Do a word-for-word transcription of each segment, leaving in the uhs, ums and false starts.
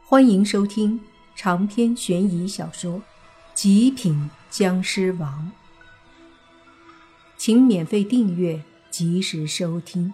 欢迎收听长篇悬疑小说《极品僵尸王》，请免费订阅，及时收听。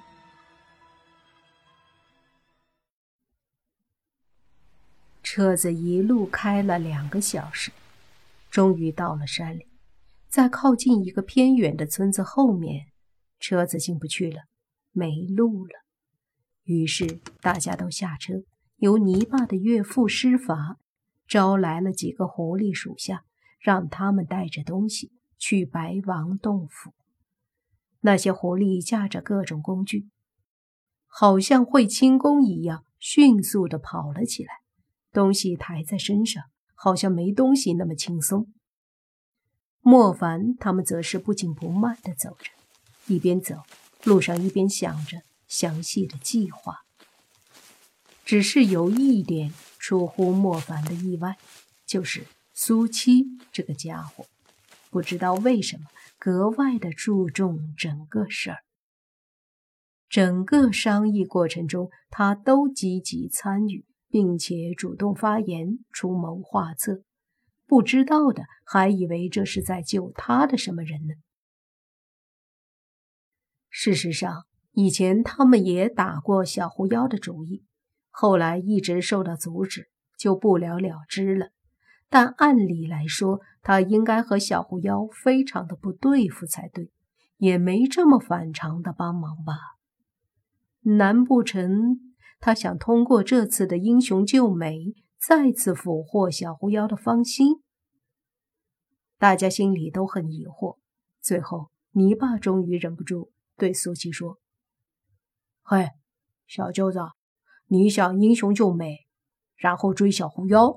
车子一路开了两个小时，终于到了山里。在靠近一个偏远的村子后面，车子进不去了，没路了。于是大家都下车，由泥巴的岳父施法，招来了几个狐狸属下，让他们带着东西去白王洞府。那些狐狸驾着各种工具，好像会轻功一样，迅速地跑了起来，东西抬在身上，好像没东西那么轻松。莫凡他们则是不紧不慢地走着，一边走，路上一边想着详细的计划。只是有一点出乎莫凡的意外，就是苏七这个家伙，不知道为什么格外的注重整个事儿。整个商议过程中，他都积极参与，并且主动发言，出谋划策。不知道的还以为这是在救他的什么人呢。事实上，以前他们也打过小狐妖的主意，后来一直受到阻止，就不了了之了。但按理来说，他应该和小狐妖非常的不对付才对，也没这么反常的帮忙吧？难不成他想通过这次的英雄救美，再次俘获小狐妖的芳心？大家心里都很疑惑。最后泥巴终于忍不住对苏七说：嘿，小舅子，你想英雄救美，然后追小狐妖？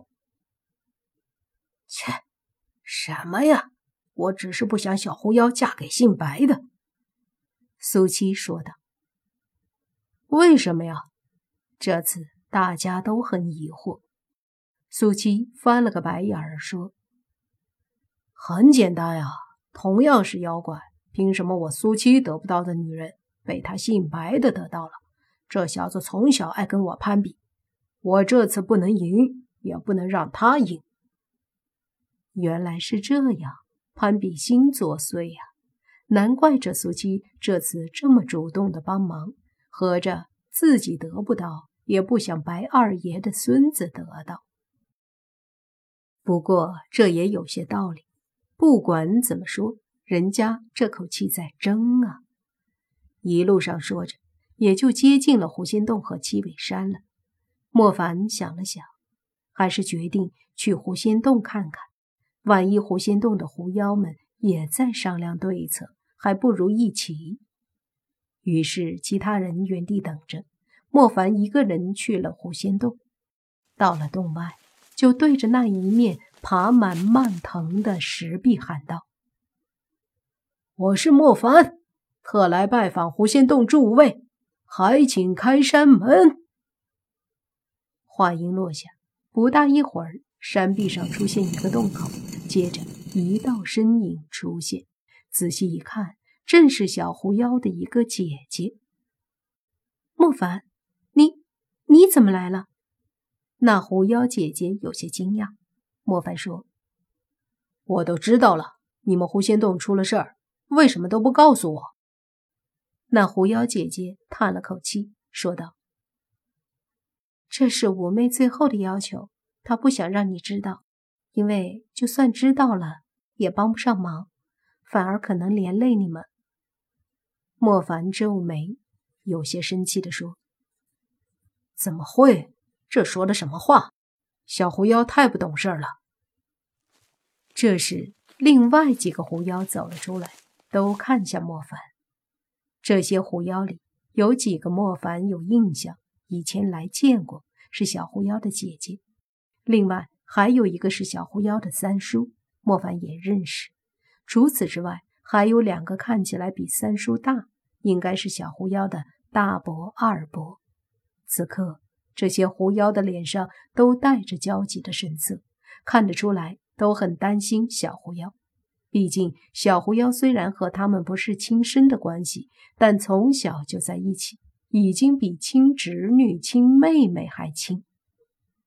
切，什么呀，我只是不想小狐妖嫁给姓白的。苏七说道。为什么呀？这次大家都很疑惑。苏七翻了个白眼儿说：很简单呀，同样是妖怪，凭什么我苏七得不到的女人，被他姓白的得到了？这小子从小爱跟我攀比，我这次不能赢，也不能让他赢。原来是这样，攀比心作祟呀，难怪这苏七这次这么主动的帮忙，合着自己得不到，也不想白二爷的孙子得到。不过这也有些道理，不管怎么说，人家这口气在争啊。一路上说着，也就接近了狐仙洞和七尾山了。莫凡想了想，还是决定去狐仙洞看看，万一狐仙洞的狐妖们也在商量对策，还不如一起。于是其他人原地等着，莫凡一个人去了狐仙洞。到了洞外，就对着那一面爬满蔓藤的石壁喊道：我是莫凡，特来拜访狐仙洞诸位，还请开山门。话音落下，不大一会儿，山壁上出现一个洞口，接着一道身影出现，仔细一看，正是小狐妖的一个姐姐。莫凡，你你怎么来了？那狐妖姐姐有些惊讶。莫凡说：我都知道了，你们狐仙洞出了事儿，为什么都不告诉我？那狐妖姐姐叹了口气，说道：这是五妹最后的要求，她不想让你知道，因为就算知道了，也帮不上忙，反而可能连累你们。莫凡皱眉，有些生气地说：怎么会？这说的什么话？小狐妖太不懂事了。这时另外几个狐妖走了出来，都看向莫凡。这些狐妖里有几个莫凡有印象，以前来见过，是小狐妖的姐姐。另外还有一个是小狐妖的三叔，莫凡也认识。除此之外，还有两个看起来比三叔大，应该是小狐妖的大伯、二伯。此刻这些狐妖的脸上都带着焦急的神色，看得出来都很担心小狐妖。毕竟小狐妖虽然和他们不是亲生的关系，但从小就在一起，已经比亲侄女、亲妹妹还亲。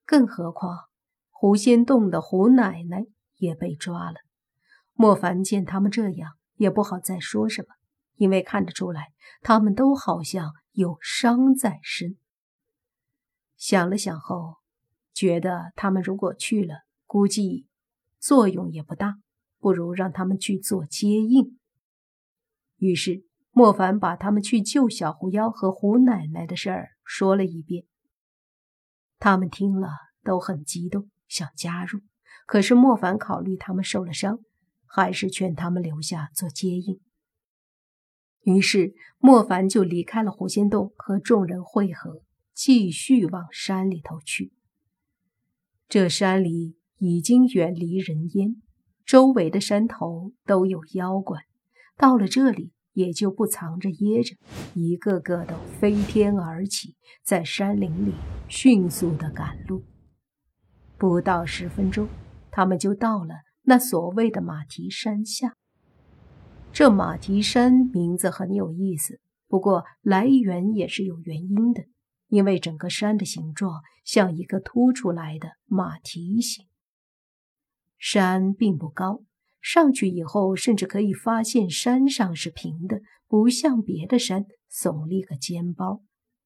更何况狐仙洞的胡奶奶也被抓了。莫凡见他们这样，也不好再说什么，因为看得出来他们都好像有伤在身。想了想后，觉得他们如果去了，估计作用也不大，不如让他们去做接应。于是莫凡把他们去救小狐妖和胡奶奶的事儿说了一遍。他们听了都很激动，想加入，可是莫凡考虑他们受了伤，还是劝他们留下做接应。于是莫凡就离开了狐仙洞，和众人会合，继续往山里头去。这山里已经远离人烟，周围的山头都有妖怪，到了这里也就不藏着掖着，一个个都飞天而起，在山林里迅速地赶路。不到十分钟，他们就到了那所谓的马蹄山下。这马蹄山名字很有意思，不过来源也是有原因的，因为整个山的形状像一个凸出来的马蹄形。山并不高，上去以后甚至可以发现山上是平的，不像别的山耸立个尖包。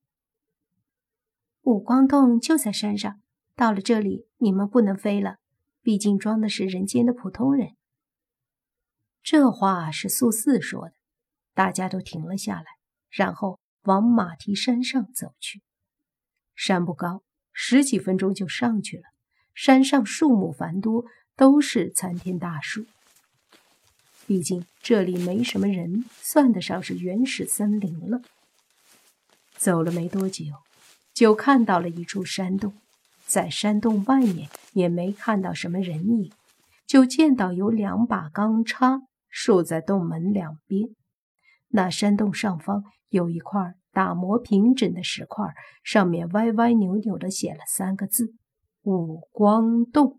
五光洞就在山上，到了这里你们不能飞了，毕竟装的是人间的普通人。这话是苏四说的，大家都停了下来，然后往马蹄山上走去。山不高，十几分钟就上去了。山上树木繁多，都是参天大树。毕竟这里没什么人，算得上是原始森林了。走了没多久，就看到了一处山洞，在山洞外面也没看到什么人影，就见到有两把钢叉竖在洞门两边。那山洞上方有一块打磨平整的石块，上面歪歪扭扭地写了三个字：五光洞。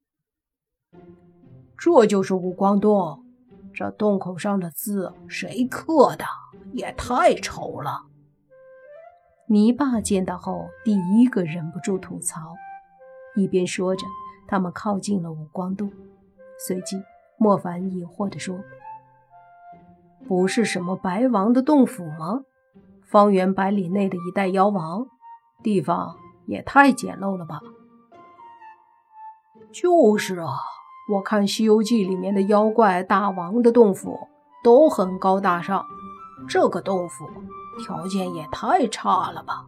这就是五光洞，这洞口上的字谁刻的？也太丑了。 泥巴见到后第一个忍不住吐槽，一边说着，他们靠近了五光洞。随即莫凡疑惑地说：不是什么白王的洞府吗？方圆百里内的一代妖王，地方也太简陋了吧。 就是啊，我看《西游记》里面的妖怪大王的洞府都很高大上，这个洞府条件也太差了吧。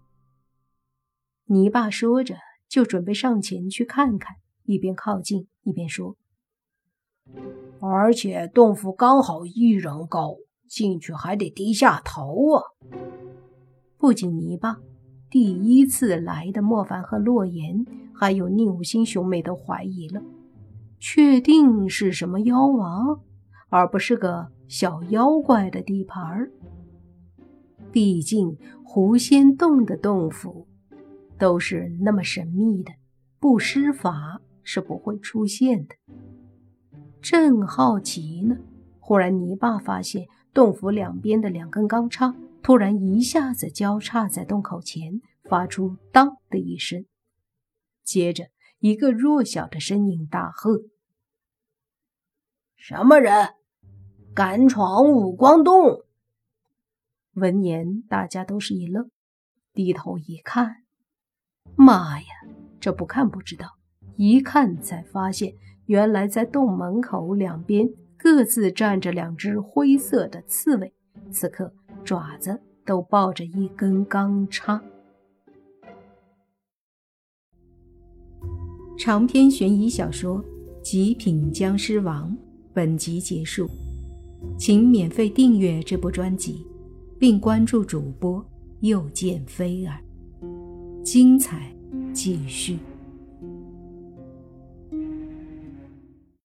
泥巴说着就准备上前去看看，一边靠近一边说： 而且洞府刚好一人高，进去还得低下头啊。 不仅泥巴，第一次来的莫凡和洛言还有宁武星兄妹都怀疑了，确定是什么妖王，而不是个小妖怪的地盘。毕竟狐仙洞的洞府都是那么神秘的，不施法是不会出现的。正好奇呢，忽然泥巴发现洞府两边的两根钢叉突然一下子交叉在洞口前，发出当的一声。接着一个弱小的声音大喝： 什么人敢闯五光洞？ 闻言大家都是一愣，低头一看，妈呀，这不看不知道，一看才发现原来在洞门口两边各自站着两只灰色的刺猬，此刻爪子都抱着一根钢叉。长篇悬疑小说《极品僵尸王》本集结束，请免费订阅这部专辑，并关注主播又见菲儿，精彩继续。